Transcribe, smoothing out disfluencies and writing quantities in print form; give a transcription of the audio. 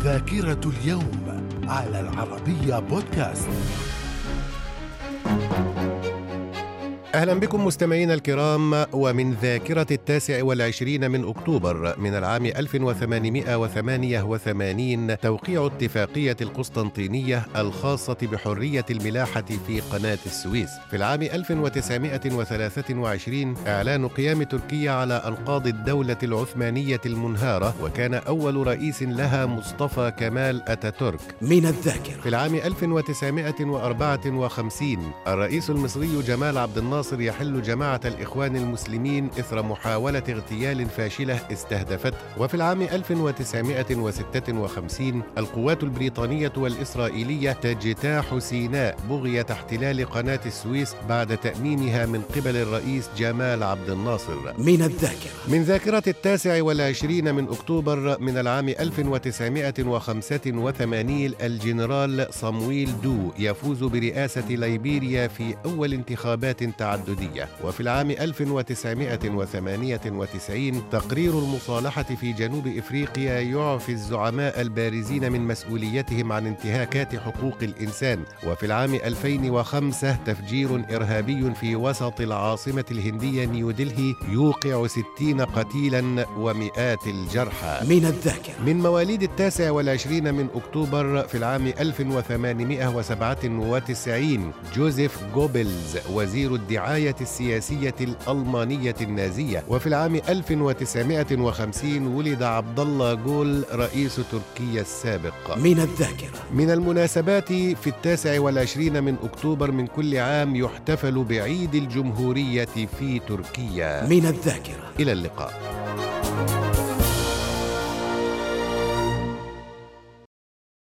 ذاكرة اليوم على العربية بودكاست. أهلا بكم مستمعينا الكرام، ومن ذاكرة 29 من أكتوبر من العام 1888 توقيع اتفاقية القسطنطينية الخاصة بحرية الملاحة في قناة السويس. في العام 1923 إعلان قيام تركيا على أنقاض الدولة العثمانية المنهارة، وكان أول رئيس لها مصطفى كمال أتاتورك. من الذاكرة في العام 1954 الرئيس المصري جمال عبد الناصر يحل جماعة الإخوان المسلمين إثر محاولة اغتيال فاشلة استهدفته. وفي العام 1956 القوات البريطانية والإسرائيلية تجتاح سيناء بغية احتلال قناة السويس بعد تأميمها من قبل الرئيس جمال عبد الناصر. من الذاكرة من ذاكرة 29 من أكتوبر من العام 1985 الجنرال صمويل دو يفوز برئاسة ليبيريا في أول انتخابات تعددية. وفي العام 1998 تقرير المصالحة في جنوب إفريقيا يعفي الزعماء البارزين من مسؤوليتهم عن انتهاكات حقوق الإنسان. وفي العام 2005 تفجير إرهابي في وسط العاصمة الهندية نيودلهي يوقع 60 قتيلا ومئات الجرحى. من الذاكرة من مواليد 29 من أكتوبر في العام 1897 جوزيف جوبلز وزير الدعاية السياسية الألمانية النازية. وفي العام 1950 ولد عبد الله جول رئيس تركيا السابق. من الذاكرة من المناسبات في 29 من أكتوبر من كل عام يحتفل بعيد الجمهورية في تركيا. من الذاكرة إلى اللقاء.